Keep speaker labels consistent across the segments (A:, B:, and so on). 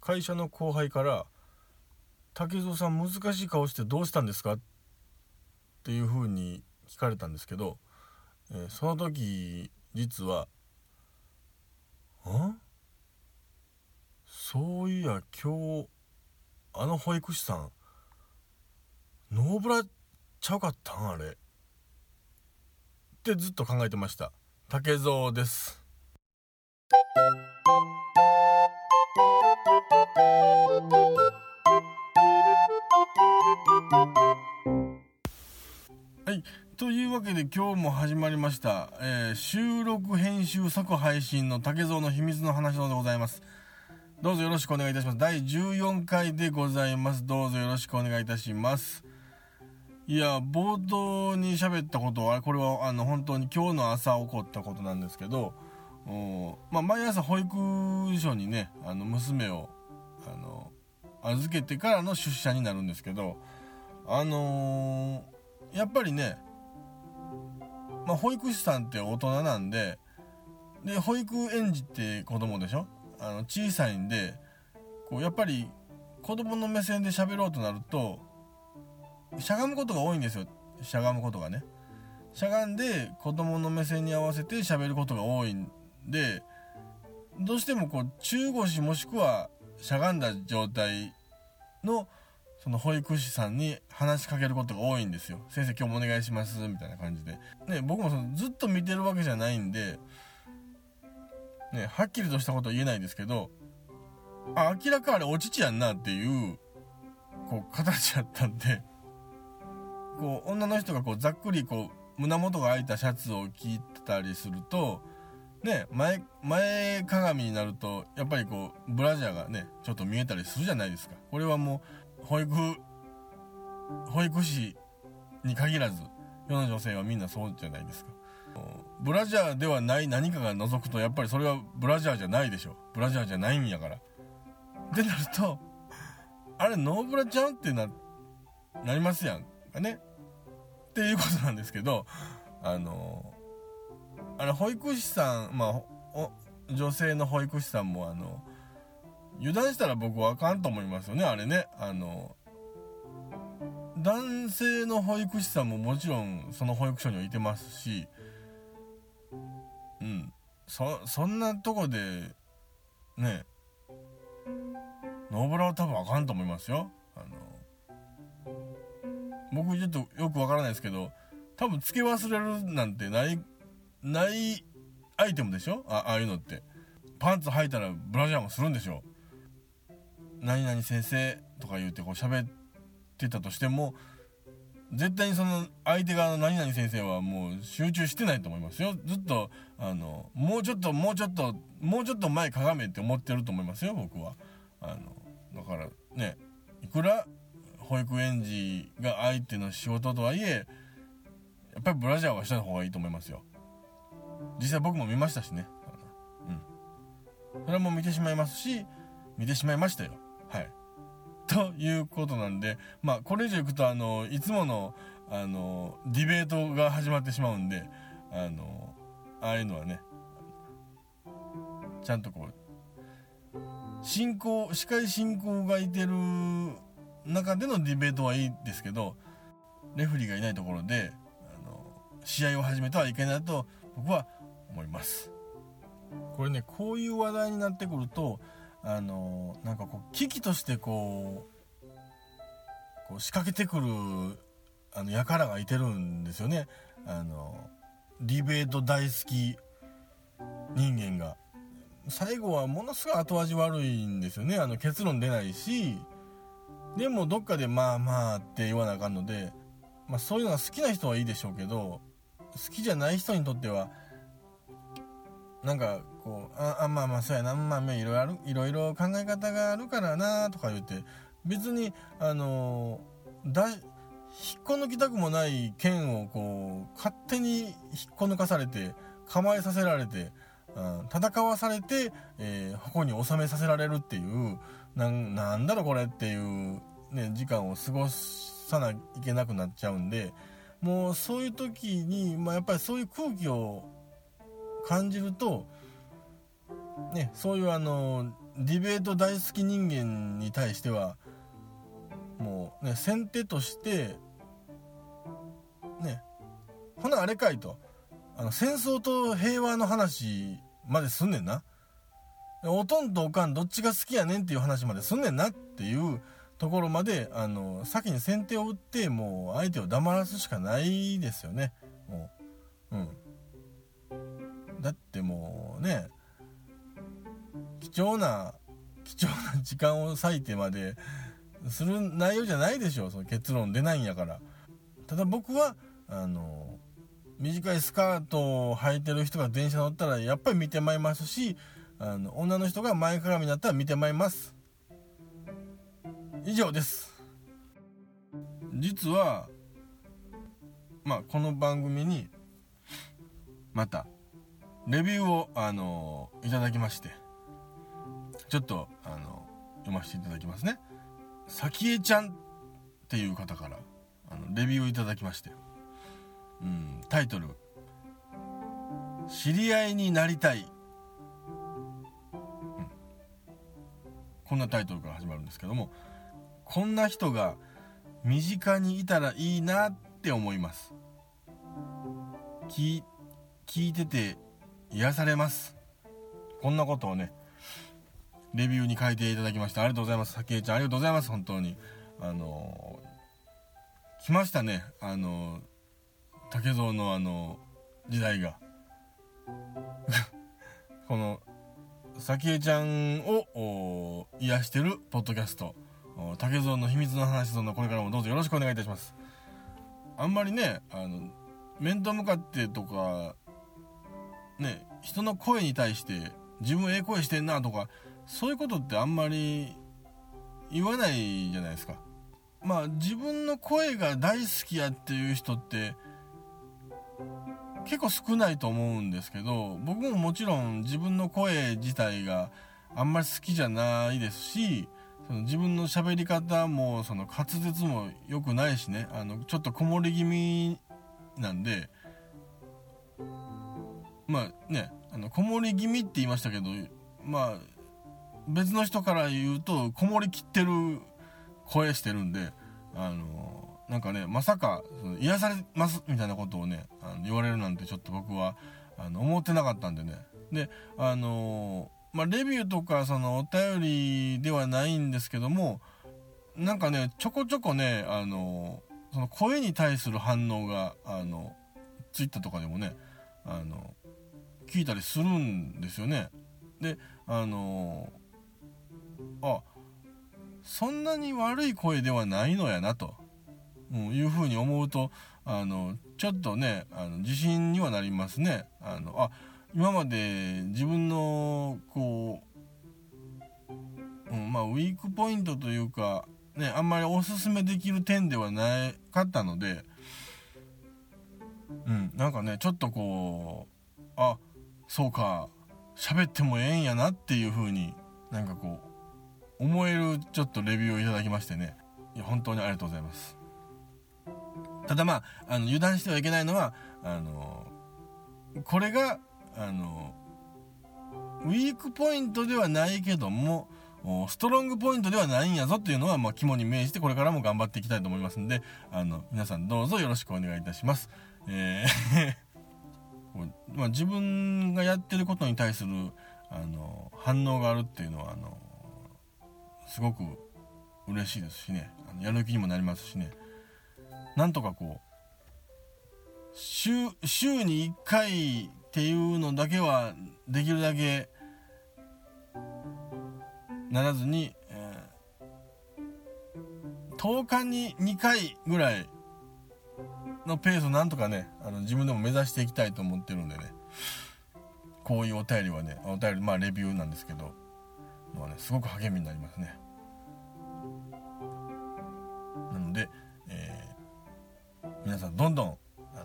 A: 会社の後輩から竹蔵さん難しい顔してどうしたんですかっていう風に聞かれたんですけど、その時実はそういや今日あの保育士さんノーブラちゃうかったんあれってずっと考えてました。竹蔵です。はい、というわけで今日も始まりました、収録編集即配信の竹蔵の秘密の話でございます。どうぞよろしくお願いいたします。第14回でございます。どうぞよろしくお願いいたします。いや、冒頭に喋ったことはこれは本当に今日の朝起こったことなんですけど、毎朝保育所にね娘を預けてからの出社になるんですけど、やっぱりね、保育士さんって大人なんで、保育園児って子供でしょ。小さいんでこうやっぱり子供の目線で喋ろうとなるとしゃがむことが多いんですよ。しゃがむことがね、しゃがんで子供の目線に合わせて喋ることが多いんで、どうしてもこう中腰もしくはしゃがんだ状態のその保育士さんに話しかけることが多いんですよ。先生今日もお願いしますみたいな感じでね、僕もずっと見てるわけじゃないんでね、はっきりとしたことは言えないですけど、明らかあれお乳やんなっていうこう形やったんで、こう女の人がこうざっくりこう胸元が開いたシャツを着てたりするとね、前鏡になるとやっぱりこうブラジャーがねちょっと見えたりするじゃないですか。これはもう保育士に限らず世の女性はみんなそうじゃないですか。ブラジャーではない何かが覗くとやっぱりそれはブラジャーじゃないでしょ。ブラジャーじゃないんやからってなると、あれノーブラちゃんってなりますやんかねっていうことなんですけど、保育士さん、女性の保育士さんも油断したら僕はあかんと思いますよね。あれね、男性の保育士さんももちろんその保育所にはいてますし、そんなとこでねノーブラは多分あかんと思いますよ。僕ちょっとよくわからないですけど、多分付け忘れるなんてないアイテムでしょ。ああいうのってパンツ履いたらブラジャーもするんでしょ。何々先生とか言ってこう喋ってたとしても絶対にその相手側の何々先生はもう集中してないと思いますよ。ずっともうちょっと前かがめって思ってると思いますよ、僕は。だからね、いくら保育園児が相手の仕事とはいえやっぱりブラジャーはした方がいいと思いますよ。実際僕も見ましたしね。それはもう見てしまいますし見てしまいましたよ。はいということなんで、これ以上いくといつものディベートが始まってしまうんで、ああいうのはねちゃんとこう司会進行がいてる中でのディベートはいいですけど、レフェリーがいないところで試合を始めてはいけないと僕は思います。これね、こういう話題になってくるとなんかこう危機としてこう仕掛けてくる輩がいてるんですよね。ディベート大好き人間が最後はものすごい後味悪いんですよね。結論出ないし、でもどっかでまあって言わなあかんので、そういうのが好きな人はいいでしょうけど、好きじゃない人にとってはなんかこうそうやな、いろいろ考え方があるからなとか言って別に引っこ抜きたくもない剣をこう勝手に引っこ抜かされて構えさせられて、戦わされて、矛に収めさせられるっていうなんだろこれっていうね時間を過ごさないけなくなっちゃうんで、もうそういう時に、やっぱりそういう空気を感じるとね、そういうディベート大好き人間に対してはもうね、先手としてね、ほなあれかいと、戦争と平和の話まですんねんな、おとんとおかんどっちが好きやねんっていう話まですんねんなっていうところまで先に先手を打って、もう相手を黙らすしかないですよね。もう、だってもうね、貴重な時間を割いてまでする内容じゃないでしょ、その結論出ないんやから。ただ僕は短いスカートを履いてる人が電車乗ったらやっぱり見てまいりますし、女の人が前かがみになったら見てまいります。以上です。実はこの番組にまたレビューをいただきまして、ちょっと読ませていただきますね。さきえちゃんっていう方からレビューをいただきまして、タイトル、知り合いになりたい、こんなタイトルから始まるんですけども、こんな人が身近にいたらいいなって思います。聞いてて癒されます。こんなことをねレビューに書いていただきまして、ありがとうございます。さきえちゃん、ありがとうございます。本当に来ましたね、竹蔵の時代がこのさきえちゃんを癒してるポッドキャスト、竹蔵の秘密の話、そんなこれからもどうぞよろしくお願いいたします。あんまりね面と向かってとかね、人の声に対して自分声してんなとか、そういうことってあんまり言わないじゃないですか。自分の声が大好きやっていう人って結構少ないと思うんですけど、僕ももちろん自分の声自体があんまり好きじゃないですし、その自分の喋り方もその滑舌も良くないしね、ちょっとこもり気味なんで、こもり気味って言いましたけど、別の人から言うとこもりきってる声してるんで、なんかね、まさか癒されますみたいなことをね言われるなんてちょっと僕は思ってなかったんでね。でレビューとかそのお便りではないんですけども、なんかねちょこちょこねその声に対する反応がツイッターとかでもね聞いたりするんですよね。でそんなに悪い声ではないのやなと、いうふうに思うとちょっとね自信にはなりますね。今まで自分のこう、ウィークポイントというかね、あんまりおすすめできる点ではなかったので、なんかねちょっとこうそうか喋ってもええんやなっていう風になんかこう思えるちょっとレビューをいただきましてね、いや本当にありがとうございます。ただ油断してはいけないのはこれがウィークポイントではないけどもストロングポイントではないんやぞっていうのは肝に銘じてこれからも頑張っていきたいと思いますんで、皆さんどうぞよろしくお願いいたします。自分がやってることに対する反応があるっていうのはすごく嬉しいですしね、やる気にもなりますしね。なんとかこう週に1回っていうのだけはできるだけならずに、10日に2回ぐらいのペースをなんとかね自分でも目指していきたいと思ってるんでね、こういうお便りはねレビューなんですけどすごく励みになりますね。なので、皆さんどんどん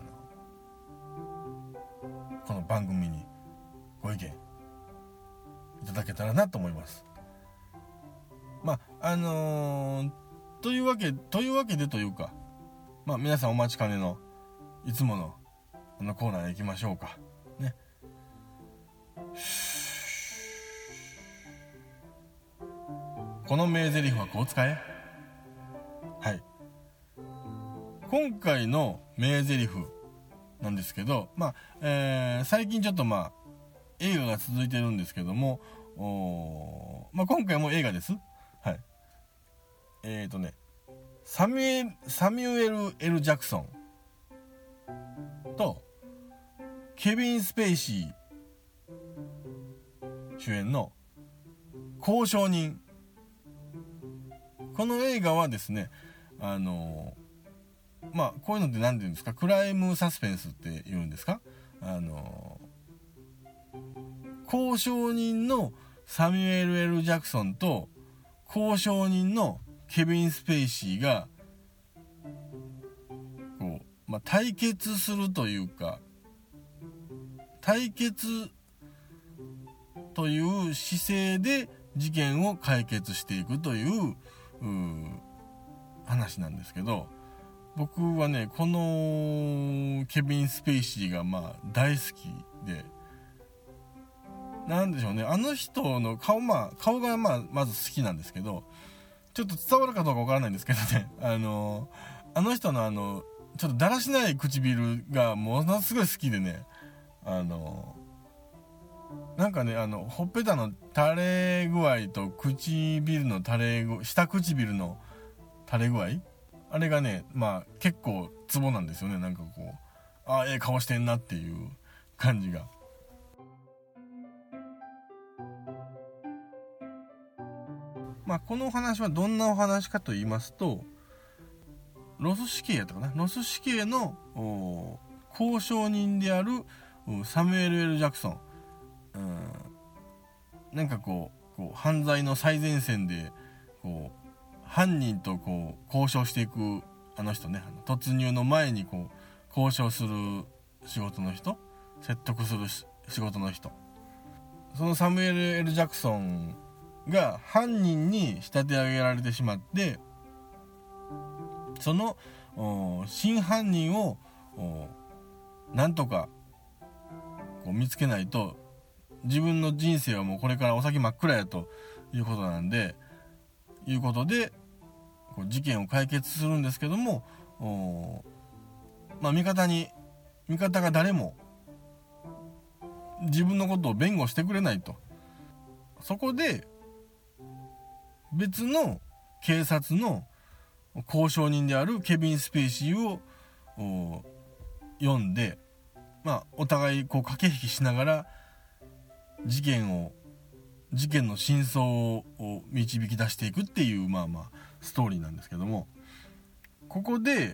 A: この番組にご意見いただけたらなと思います。というわけでというか皆さんお待ちかねのいつものコーナーへ行きましょうかね。 この名台詞はこう使え。はい。今回の名台詞なんですけど、最近ちょっと映画が続いてるんですけども、今回も映画です。はい。サミュエル・ L ・ジャクソンとケビン・スペイシー主演の交渉人。この映画はですね、こういうのって何て言うんですか、クライムサスペンスって言うんですか。交渉人のサミュエル・ L ・ジャクソンと交渉人のケビン・スペイシーがこう、対決するというか、対決という姿勢で事件を解決していくという話なんですけど、僕はねこのケビン・スペイシーが大好きで、なんでしょうね、あの人の顔がまず好きなんですけど、ちょっと伝わるかどうかわからないんですけどね、あの人のちょっとだらしない唇がものすごい好きでね、なんかね、ほっぺたの垂れ具合と唇の下唇の垂れ具合、あれがね結構ツボなんですよね。なんかこうええ顔してんなっていう感じが。このお話はどんなお話かと言いますと、ロス死刑やったかな、ロス死刑の交渉人であるサミュエル・ L ・ジャクソン、なんかこう犯罪の最前線でこう犯人とこう交渉していくあの人ね、突入の前にこう交渉する仕事の人、説得する仕事の人、そのサミュエル・ L ・ジャクソンが犯人に仕立て上げられてしまって、その真犯人をなんとかこう見つけないと自分の人生はもうこれからお先真っ暗やということなんで、こう事件を解決するんですけども、味方が誰も自分のことを弁護してくれないと。そこで別の警察の交渉人であるケビン・スペイシーを呼んで、お互いこう駆け引きしながら事件の真相を導き出していくっていうストーリーなんですけども、ここで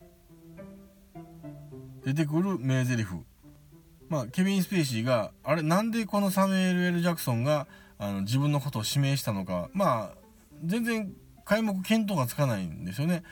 A: 出てくる名台詞、ケビン・スペイシーがなんでこのサミュエル・ L ・ジャクソンが自分のことを指名したのか、全然皆目見当がつかないんですよね。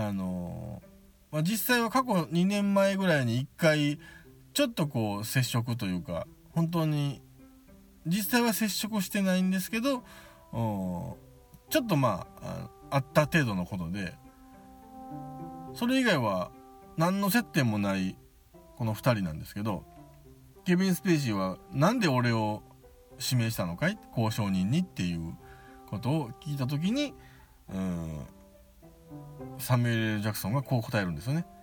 A: 実際は過去2年前ぐらいに1回ちょっとこう接触というか、本当に実際は接触してないんですけど、ちょっとあった程度のことで、それ以外は何の接点もないこの2人なんですけど、ケビン・スペイシーはなんで俺を指名したのかい、交渉人にっていうことを聞いた時に、サミュエル・L ・ジャクソンがこう答えるんですよね。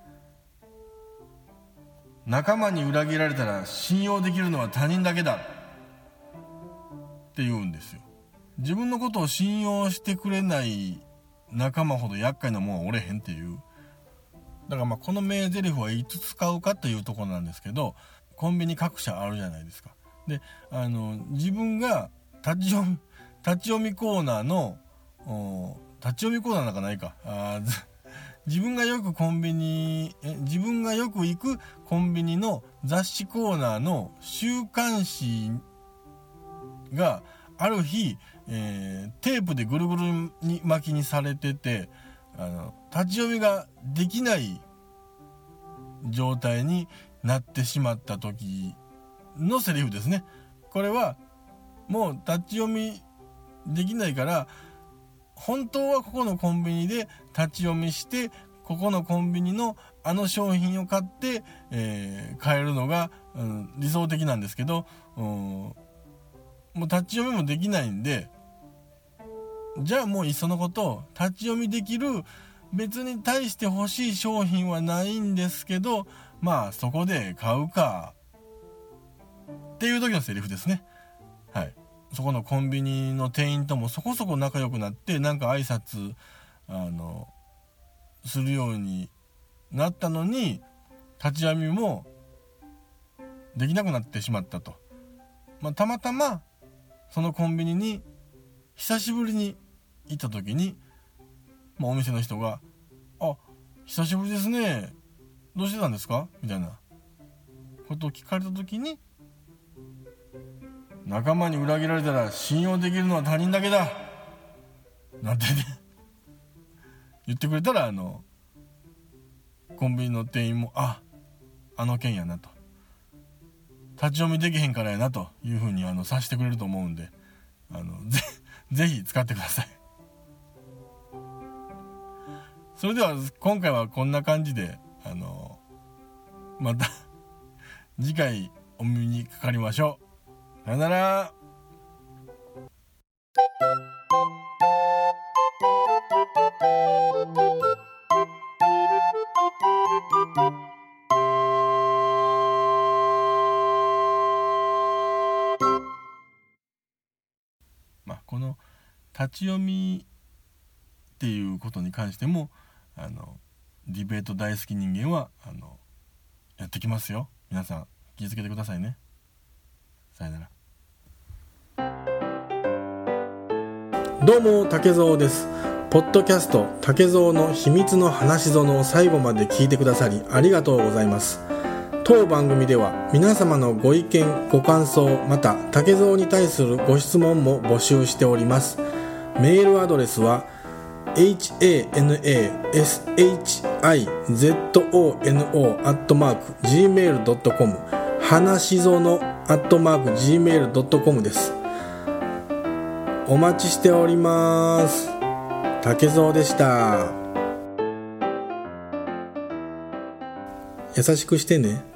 A: 仲間に裏切られたら信用できるのは他人だけだって言うんですよ。自分のことを信用してくれない仲間ほど厄介なもんはおれへんっていう。だからこの名台詞はいつ使うかというところなんですけど、コンビニ各社あるじゃないですか。で自分が立ち読みコーナーの立ち読みコーナーなんかないか、自分がよく行くコンビニの雑誌コーナーの週刊誌がある日、テープでぐるぐるに巻きにされてて、立ち読みができない状態になってしまった時のセリフですね。これはもう立ち読みできないから、本当はここのコンビニで立ち読みして、ここのコンビニの商品を買って、買えるのが、理想的なんですけど、もう立ち読みもできないんで、 じゃあもういっそのこと立ち読みできる、別に対して欲しい商品はないんですけど、まあそこで買うかっていう時のセリフですね。はい。そこのコンビニの店員ともそこそこ仲良くなって、なんか挨拶するようになったのに、立ち読みもできなくなってしまったと。たまたまそのコンビニに久しぶりに行った時に、お店の人が「あ、久しぶりですね、どうしてたんですか?」みたいなことを聞かれた時に、仲間に裏切られたら信用できるのは他人だけだなんてね言ってくれたら、コンビニの店員もあの件やなと、立ち読みできへんからやなというふうに察してくれると思うんで、ぜひ使ってください。それでは今回はこんな感じで、また次回お耳にかかりましょう。さよなら。この立ち読みっていうことに関しても、ディベート大好き人間はやってきますよ。皆さん気をつけてくださいね。さよなら。どうも竹蔵です。ポッドキャスト竹蔵の秘密の話園を最後まで聞いてくださりありがとうございます。当番組では皆様のご意見ご感想、また竹蔵に対するご質問も募集しております。メールアドレスはhanashizono@gmail.com 話園@gmail.com です。お待ちしております。竹蔵でした。優しくしてね。